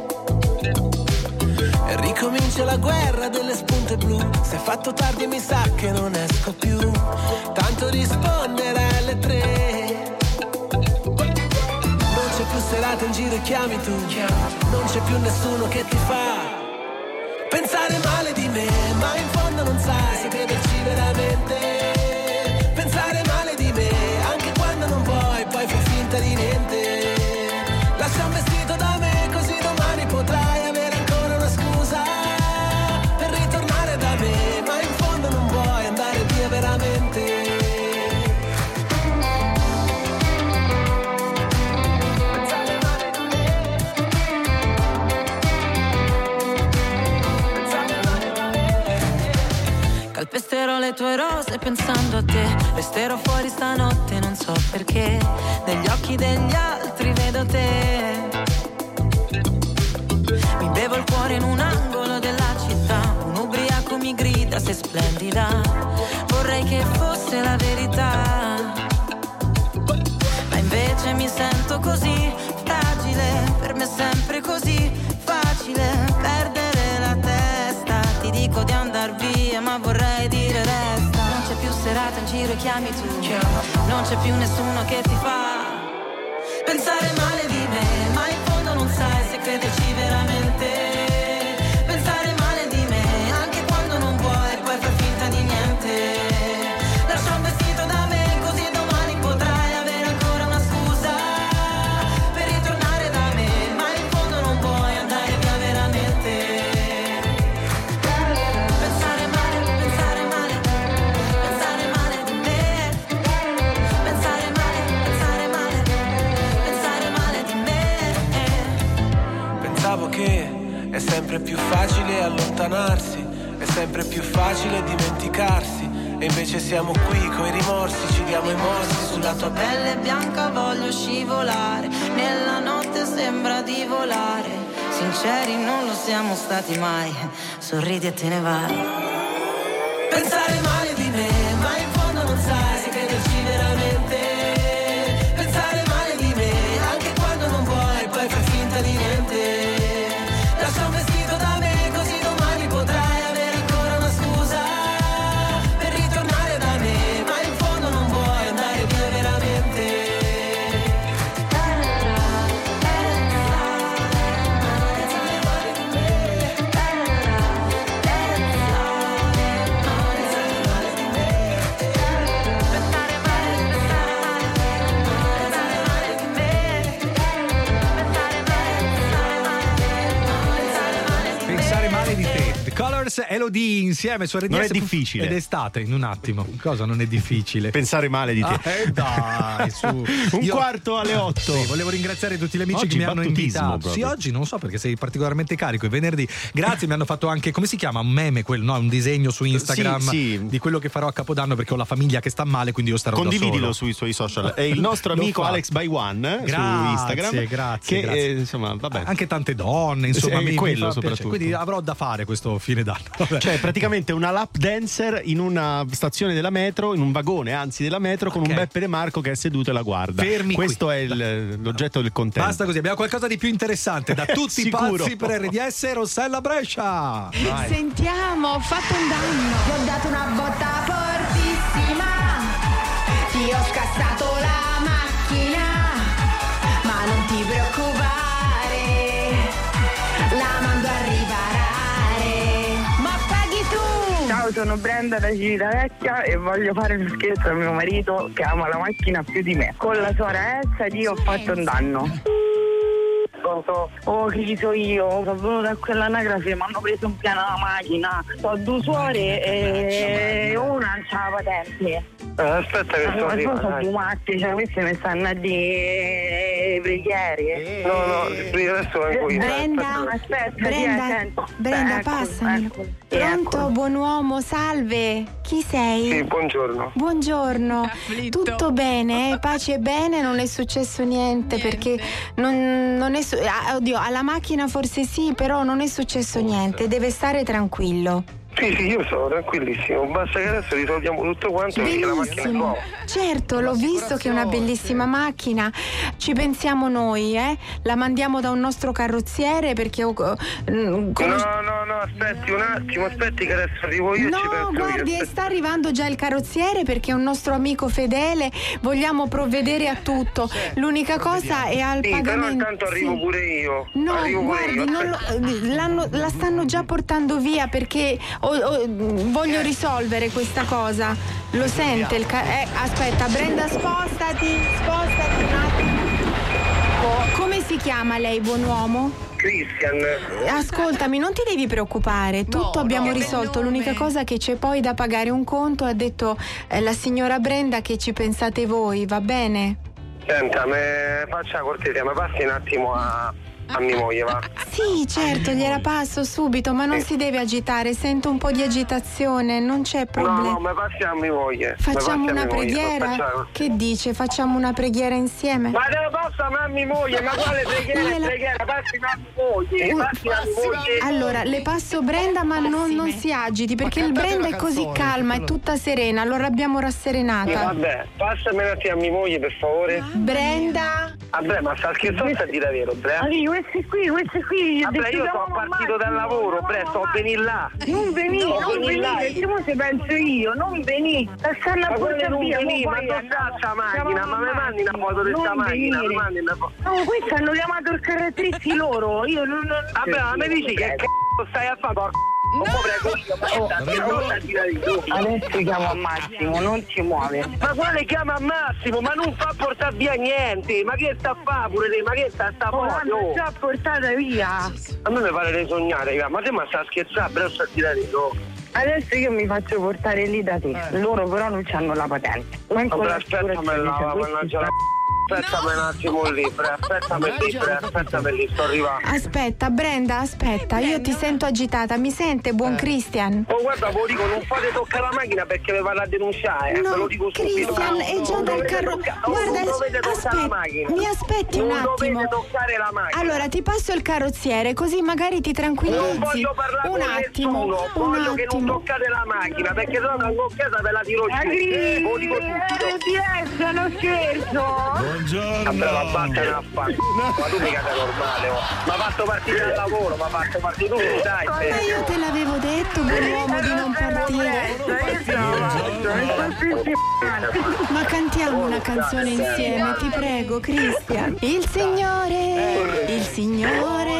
e ricomincia la guerra delle spunte blu. Se è fatto tardi mi sa che non esco più, tanto rispondere alle tre. Non c'è più serata in giro e chiami tu, non c'è più nessuno che ti fa pensare male di me, ma in fondo non sai se crederci veramente. Pensare male di me, anche quando non vuoi, poi fai finta di niente. Lascia un vestito da me, così domani potrai avere ancora una scusa le rose pensando a te. Resterò fuori stanotte, non so perché. Negli occhi degli altri vedo te. Mi bevo il cuore in un angolo della città. Un ubriaco mi grida, sei splendida. Vorrei che fosse la verità, ma invece mi sento così fragile. Per me è sempre così facile perdere la testa. Ti dico di andar via, ma vorrei dire resta. Non c'è più serata in giro e chiami tu. Non c'è più nessuno che ti fa pensare male di me, ma in fondo non sai se crederci veramente. Pensare male di me anche quando non vuoi, poi far finta di niente. Lascia un vestito da me, così domani potrai avere ancora una scusa per ritornare da me, ma in fondo non vuoi andare via veramente. Pensare male, pensare male, pensare male di me. Pensare male, pensare male, pensare male di me.
Pensavo che è sempre più facile allontanarsi, è sempre più facile dimenticarsi, e invece siamo qui coi rimorsi, ci diamo i morsi sulla tua
pelle bianca, voglio scivolare, nella notte sembra di volare. Sinceri non lo siamo stati mai, sorridi e te ne vai. Pensare male di me, ma in fondo non sai se crederci veramente. Pensare male di me anche quando non vuoi, poi fai finta di niente. Lascia un vestito da me, così domani potrai avere ancora una scusa per ritornare da me, ma in fondo non vuoi andare via veramente.
Pensare male di te. The Colors, Elodie insieme su R D S.
Non è difficile.
Ed estate, in un attimo. Cosa non è difficile?
Pensare male di te.
Ah, eh, dai, su.
Un
Io-
quarto alle otto.
Sì, volevo ringraziare tutti gli amici
Oggi
che mi hanno
battutismo
invitato.
proprio.
Sì, oggi non so perché sei particolarmente carico. È venerdì. Grazie, mi hanno fatto anche, come si chiama? Un meme, quel, no? Un disegno su Instagram
Sì, sì.
di quello che farò a Capodanno, perché ho la famiglia che sta male, quindi io starò da
Condividilo
solo.
sui suoi social. È il nostro
L'ho
amico
fatto.
Alex by One eh,
Grazie,
su Instagram.
grazie,
Che
grazie.
eh, insomma, vabbè.
Anche tante donne, insomma,
Sì,
mi, mi
quello
fa piacere.
soprattutto.
Quindi avrò da fare questo fine d'anno. Vabbè.
Cioè, praticamente una lap dancer in una stazione della metro, in un vagone, anzi della metro, con
Ok.
un Beppe De Marco che è seduto e la guarda.
Fermi
Questo
qui.
è il- l'oggetto del contento.
Basta così, abbiamo qualcosa di più interessante. Da tutti i
Sicuro.
pazzi per R D S, Rossella Brescia. Vai.
Sentiamo, ho fatto un danno. Ti ho dato una botta fortissima. Ti ho scassato la macchina. Ma non ti preoccupare, la mando a riparare. Ma paghi tu.
Ciao, sono Brenda da Civitavecchia e voglio fare un scherzo a mio marito che ama la macchina più di me. Con la sua Elsa io ho fatto un danno. Oh, chi so io? Sono venuta a quell'anagrafe, mi hanno preso un piano alla macchina. Ho due suore e una non c'ha la patente.
Eh, aspetta che sto
Ma
arrivando.
sono più matti, cioè queste mi stanno a dire preghiere.
No, no, adesso vengo io.
Brenda, aspetta,
Brenda,
ti sento.
Brenda,
Eccolo,
passami.
eccolo.
Pronto,
Eccolo.
buon uomo, salve. Chi sei?
Sì, buongiorno.
Buongiorno. Tutto bene? eh? Pace e bene, non è successo niente, perché non, non è su- ah, oddio, alla macchina forse sì, però non è successo niente, deve stare tranquillo.
Sì, sì, io sono tranquillissimo. Basta che adesso risolviamo tutto quanto perché la macchina è
Benissimo.
nuova.
Certo, l'ho visto che è una bellissima macchina. Ci pensiamo noi, eh? La mandiamo da un nostro carrozziere perché ho, mm,
No,
conos-
no, no, aspetti un attimo, aspetti che adesso arrivo io e ci
No,
penso
guardi,
io.
sta arrivando già il carrozziere perché è un nostro amico fedele, vogliamo provvedere a tutto. L'unica cosa è al
Sì,
pagamento.
però intanto arrivo
Sì.
pure io.
No,
arrivo pure
guardi,
io.
non lo- l'hanno- la stanno già portando via perché ho- ho- voglio risolvere questa cosa. Lo sente il ca- eh, aspetta, Brenda, spostati, spostati un attimo. Come si chiama lei, buon uomo?
Christian.
Ascoltami, non ti devi preoccupare, tutto abbiamo risolto. L'unica cosa che c'è poi da pagare un conto, ha detto eh, la signora Brenda che ci pensate voi, va bene?
Senta, me faccia la cortesia, mi passi un attimo a, a mia moglie, va?
Sì, certo, gliela passo subito, ma non si deve agitare, sento un po' di agitazione, non c'è problema.
No, no, ma passiamo a mia moglie.
Facciamo una
moglie,
preghiera?
facciamo.
Che dice? Facciamo una preghiera insieme?
Ma te lo posso a mia moglie, ma quale preghiera è
Gliela-
preghiera? Passi a mia moglie,
Uh,
passi a mia moglie.
Allora, le passo Brenda, ma non, non si agiti, perché il Brenda è così calma, è tutta serena, allora l'abbiamo rasserenata.
Vabbè, passami un attimo a mia moglie, per favore.
Brenda?
Vabbè, ma sta scherzando a dire vero, Bre?
Ma sì, questi qui, questi qui.
Vabbè, io sono partito dal lavoro, Bre, sto a venire là.
Non venire,
No,
non
venire là.
venire, perché mo se penso io, non venire. Stanno a
Ma quello
portare
non
via,
venire,
mo
ma
poi
dove
andiamo-
sta sta macchina?
chiamiamo
Ma mi mandi una foto di
non
sta macchina? Mi
venire.
mandi una foto.
No, questi hanno chiamato il caratteristi loro, io non... non...
Vabbè, ma mi dici che c***o stai a fare, porco? No! Prego io, ma che sta- che cosa ti dai tu?
Adesso chiamo a Massimo, non si muove.
Ma quale chiama a Massimo? Ma non fa portare via niente! Ma che sta a fare pure te? Ma che sta a sta
Oh, l'hanno
fuori?
già portata via.
A me mi pare sognare, raga. Ma te ma sta a scherzare, però sta a tirare tu.
Adesso io mi faccio portare lì da te. Loro però non hanno la patente. Manco
Vabbè,
l'assicurazione,
aspettami là,
cioè, questi
mannaggia la
stanno-
Aspettami un attimo lì, Bre, aspettami lì, Bre, aspettami lì, sto arrivando.
Aspetta, Brenda, aspetta, io ti sento agitata, mi sente, buon Christian?
Oh, guarda, ve lo dico, non fate toccare la macchina perché vi vado a denunciare, eh,
No,
ve lo dico subito.
Christian, è già
Non
dal
dovete
carro.
tocca- oh,
Guarda,
non dovete toccare la
aspetta,
macchina.
mi aspetti un
Non
attimo.
dovete toccare la macchina.
Allora, ti passo il carrozziere, così magari ti tranquillizzi.
Non voglio parlare
un
con
attimo,
nessuno,
un
voglio che non
attimo.
toccate la macchina perché sennò una cocchiata ve la tiro giù.
Agri,
Ve lo dico subito.
R D S, non scherzo.
Vabbè, la battene a fare. Ma tu mica sei normale, oh. Ma ha fatto partire dal lavoro, ma ha fatto partire tu, dai.
Ma io te l'avevo detto, buon'uomo, di non partire. Ma cantiamo una canzone insieme, ti prego, Christian. Il Signore, il Signore.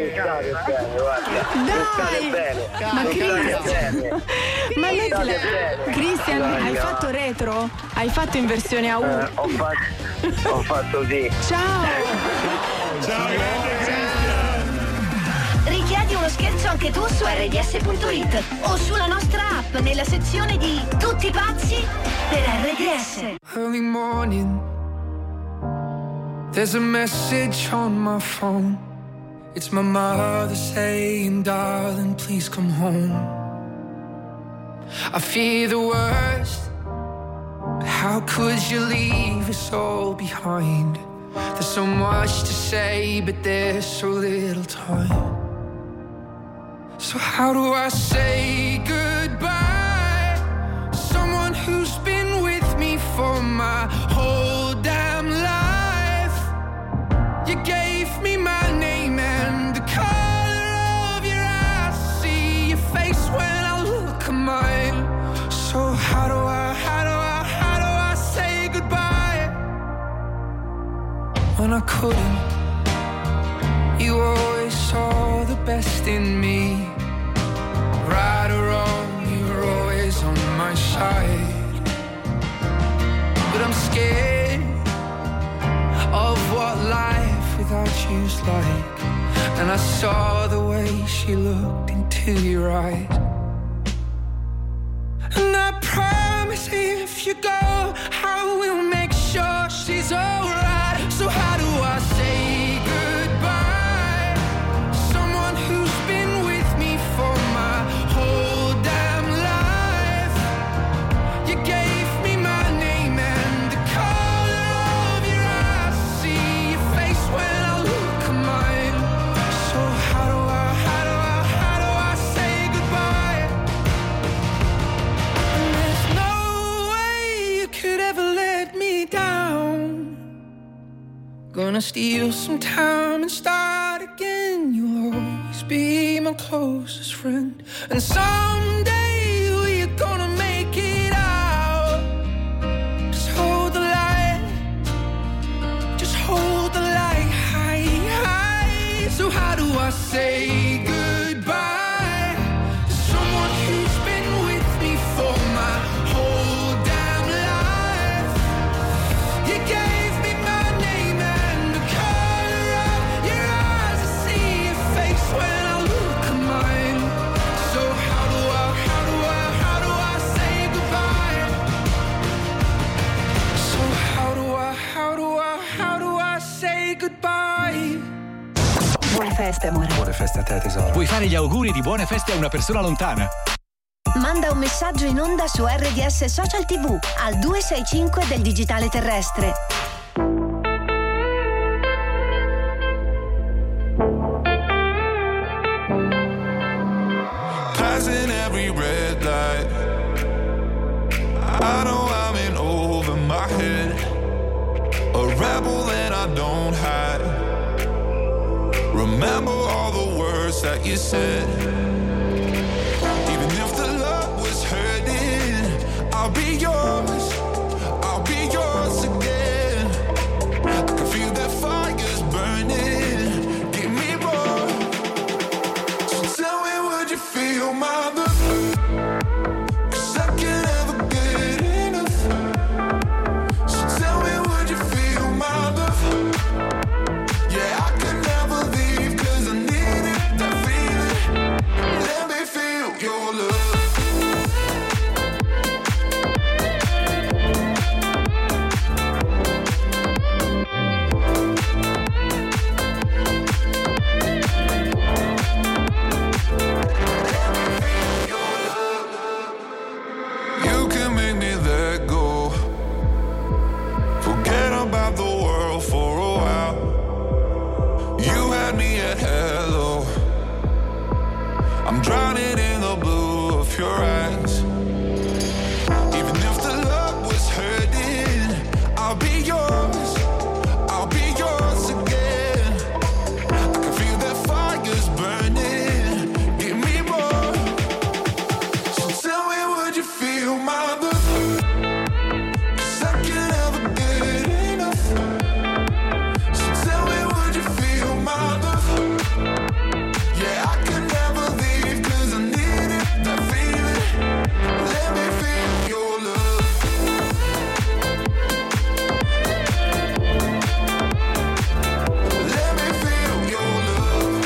Dai! Ma Christian, ma lei te la... Christian, hai fatto retro? Hai fatto in versione A U?
Eh, ho fatto, ho fatto sì.
Ciao!
Richiedi uno scherzo anche tu su R D S punto it o sulla nostra app nella sezione di Tutti pazzi per R D S.
Early morning, there's a message on my phone. It's my mother saying, darling, please come home. I fear the worst, but how could you leave us all behind? There's so much to say, but there's so little time. So how do I say goodbye? Someone who's been with me for my whole damn life. You gave me my name and the color of your eyes. See your face when I look at mine. So how do I, how do I, how do I say goodbye? When I couldn't, you always saw the best in me. Right or wrong, you were always on my side. But I'm scared of what life without you's like. And I saw the way she looked into your eyes. And I promise if you go, I will make sure she's alright. So how do I say goodbye? Someone who's been with me for my whole damn life. You gave me my name and the color of your eyes. See your face when I look at mine. So how do I, how do I, how do I say goodbye? And there's no way you could ever let me down. Gonna steal some time and start again. You'll always be my closest friend. And someday we're gonna make it out. Just hold the light. Just hold the light high, high. So how do I say goodbye to someone who's been with me for my whole damn life? You gave me my name and the color of your eyes. I see your face when I look at mine. So how do I, how do I, how do I say goodbye? So how do I, how do I, how do I say goodbye?
Buone feste, amore.
Buone feste a te, tesoro. Puoi fare gli auguri di buone feste a una persona lontana.
Manda un messaggio in onda su R D S Social T V al due sei cinque del digitale terrestre.
Passing every red light, I know I'm in over my head, a rebel that I don't hide. Remember all the words that you said. Even if the love was hurting, I'll be yours, I'll be yours again. I can feel that fire's burning, give me more. So tell me, would you feel my love? Cause I can't ever get enough. So tell me, would you feel my love? Yeah, I can never leave cause I need it, that feeling. Let me feel your love. You can make me let go, forget about the world for a while. You had me at hello, I'm drowning in the blue of your eyes. Even if the love was hurting, I'll be yours, I'll be yours again. I can feel that fire's burning, give me more. So tell me, would you feel my love? Cause I can't ever get enough. So tell me, would you feel my love? Yeah, I can never leave cause I need it, that feeling. Let me feel your love. Let me feel your love.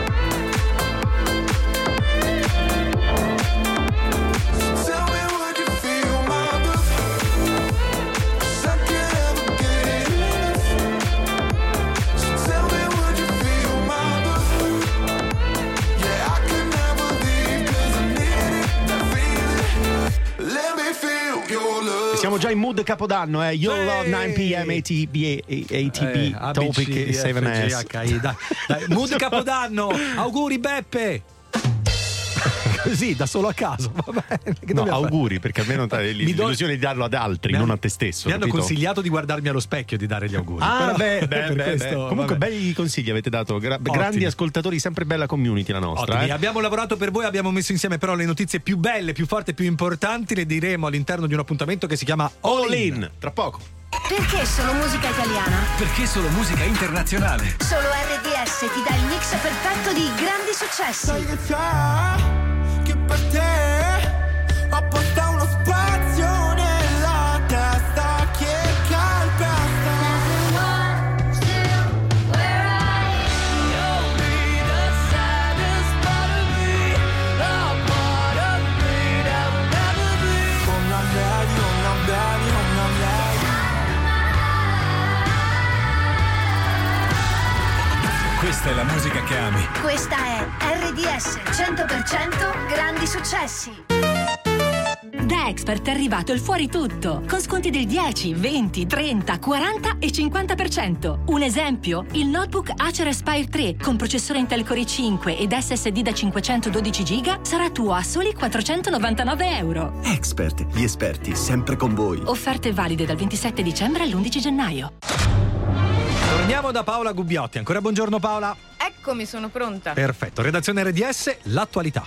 So tell me, would you feel my love? Cause I can't ever get enough. So tell me, would you feel my love? Yeah, I can never leave cause I need it, that feeling. Let me feel your love.
Siamo già in mood Capodanno, eh? Your Love nine p m A T B, A T B,
Eh,
Topic
A B C,
sette
F, G,
S.
H, I, dai, dai, mood Capodanno, auguri Beppe. Così, da solo a caso, va bene. Che
No,
dobbiamo
auguri, perché almeno hai
Mi do-
l'illusione di darlo ad altri,
Mi
non
hanno-
a te stesso.
Mi hanno
capito?
consigliato di guardarmi allo specchio e di dare gli auguri.
Ah,
Però-
beh, beh,
per
beh,
questo,
beh. Comunque,
vabbè.
bei consigli avete dato. Gra- grandi ascoltatori, sempre bella community la nostra.
Ottimi.
Eh?
Abbiamo lavorato per voi, abbiamo messo insieme però le notizie più belle, più forti e più importanti. Le diremo all'interno di un appuntamento che si chiama All,
All
In.
In, tra poco.
Perché solo musica italiana?
Perché solo musica internazionale.
Solo R D S ti dà il mix perfetto di grandi successi.
Che per te apposta uno spazio nella testa che calpesta.
Questa è la musica che ami.
Questa è R D S cento per cento grandi successi.
Da Expert è arrivato il fuori tutto, con sconti del dieci, venti, trenta, quaranta e cinquanta per cento. Un esempio? Il notebook Acer Aspire tre con processore Intel Core i cinque ed S S D da cinquecentododici giga sarà tuo a soli quattrocentonovantanove euro.
Expert, gli esperti sempre con voi.
Offerte valide dal ventisette dicembre all'undici gennaio.
Torniamo da Paola Gubbiotti. Ancora buongiorno Paola.
Eccomi, sono pronta.
Perfetto, redazione R D S, l'attualità.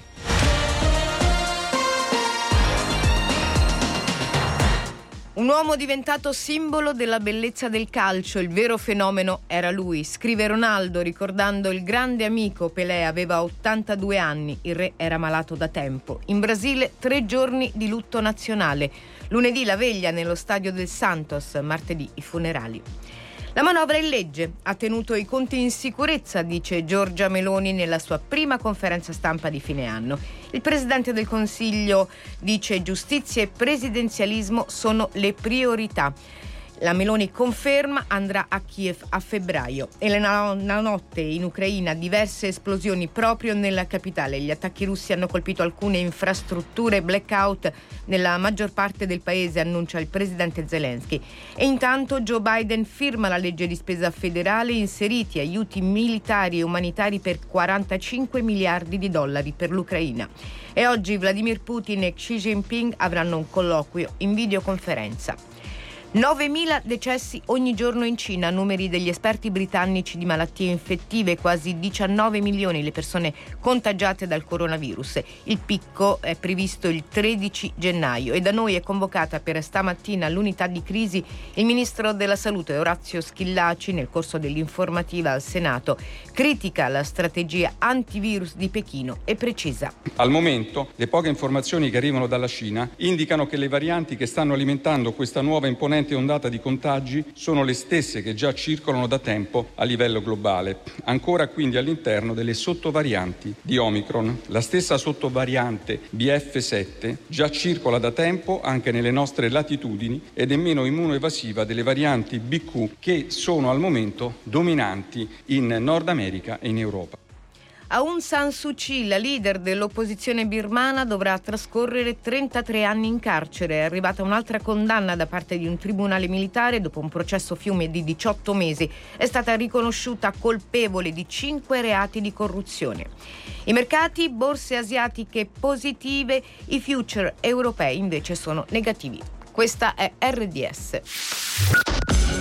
Un uomo diventato simbolo della bellezza del calcio, il vero fenomeno era lui. Scrive Ronaldo ricordando il grande amico Pelé, aveva ottantadue anni, il re era malato da tempo. In Brasile tre giorni di lutto nazionale. Lunedì la veglia nello stadio del Santos, martedì i funerali. La manovra in legge ha tenuto i conti in sicurezza, dice Giorgia Meloni nella sua prima conferenza stampa di fine anno. Il Presidente del Consiglio dice giustizia e presidenzialismo sono le priorità.
La Meloni conferma, andrà a Kiev a febbraio. E la, la notte in Ucraina diverse esplosioni proprio nella capitale. Gli attacchi russi hanno colpito alcune infrastrutture, blackout nella maggior parte del paese, annuncia il presidente Zelensky. E intanto Joe Biden firma la legge di spesa federale, inseriti aiuti militari e umanitari per quarantacinque miliardi di dollari per l'Ucraina. E oggi Vladimir Putin e Xi Jinping avranno un colloquio in videoconferenza. novemila decessi ogni giorno in Cina, numeri degli esperti britannici di malattie infettive, quasi diciannove milioni le persone contagiate dal coronavirus. Il picco è previsto il tredici gennaio e da noi è convocata per stamattina l'unità di crisi il ministro della Salute Orazio Schillaci. Nel corso dell'informativa al Senato critica la strategia antivirus di Pechino e precisa:
al momento le poche informazioni che arrivano dalla Cina indicano che le varianti che stanno alimentando questa nuova imponente ondata di contagi sono le stesse che già circolano da tempo a livello globale, ancora quindi all'interno delle sottovarianti di Omicron. La stessa sottovariante B F sette già circola da tempo anche nelle nostre latitudini ed è meno immunoevasiva delle varianti B Q che sono al momento dominanti in Nord America e in Europa.
Aung San Suu Kyi, la leader dell'opposizione birmana, dovrà trascorrere trentatré anni in carcere. È arrivata un'altra condanna da parte di un tribunale militare dopo un processo fiume di diciotto mesi. È stata riconosciuta colpevole di cinque reati di corruzione. I mercati, borse asiatiche positive, i future europei invece sono negativi. Questa è R D S.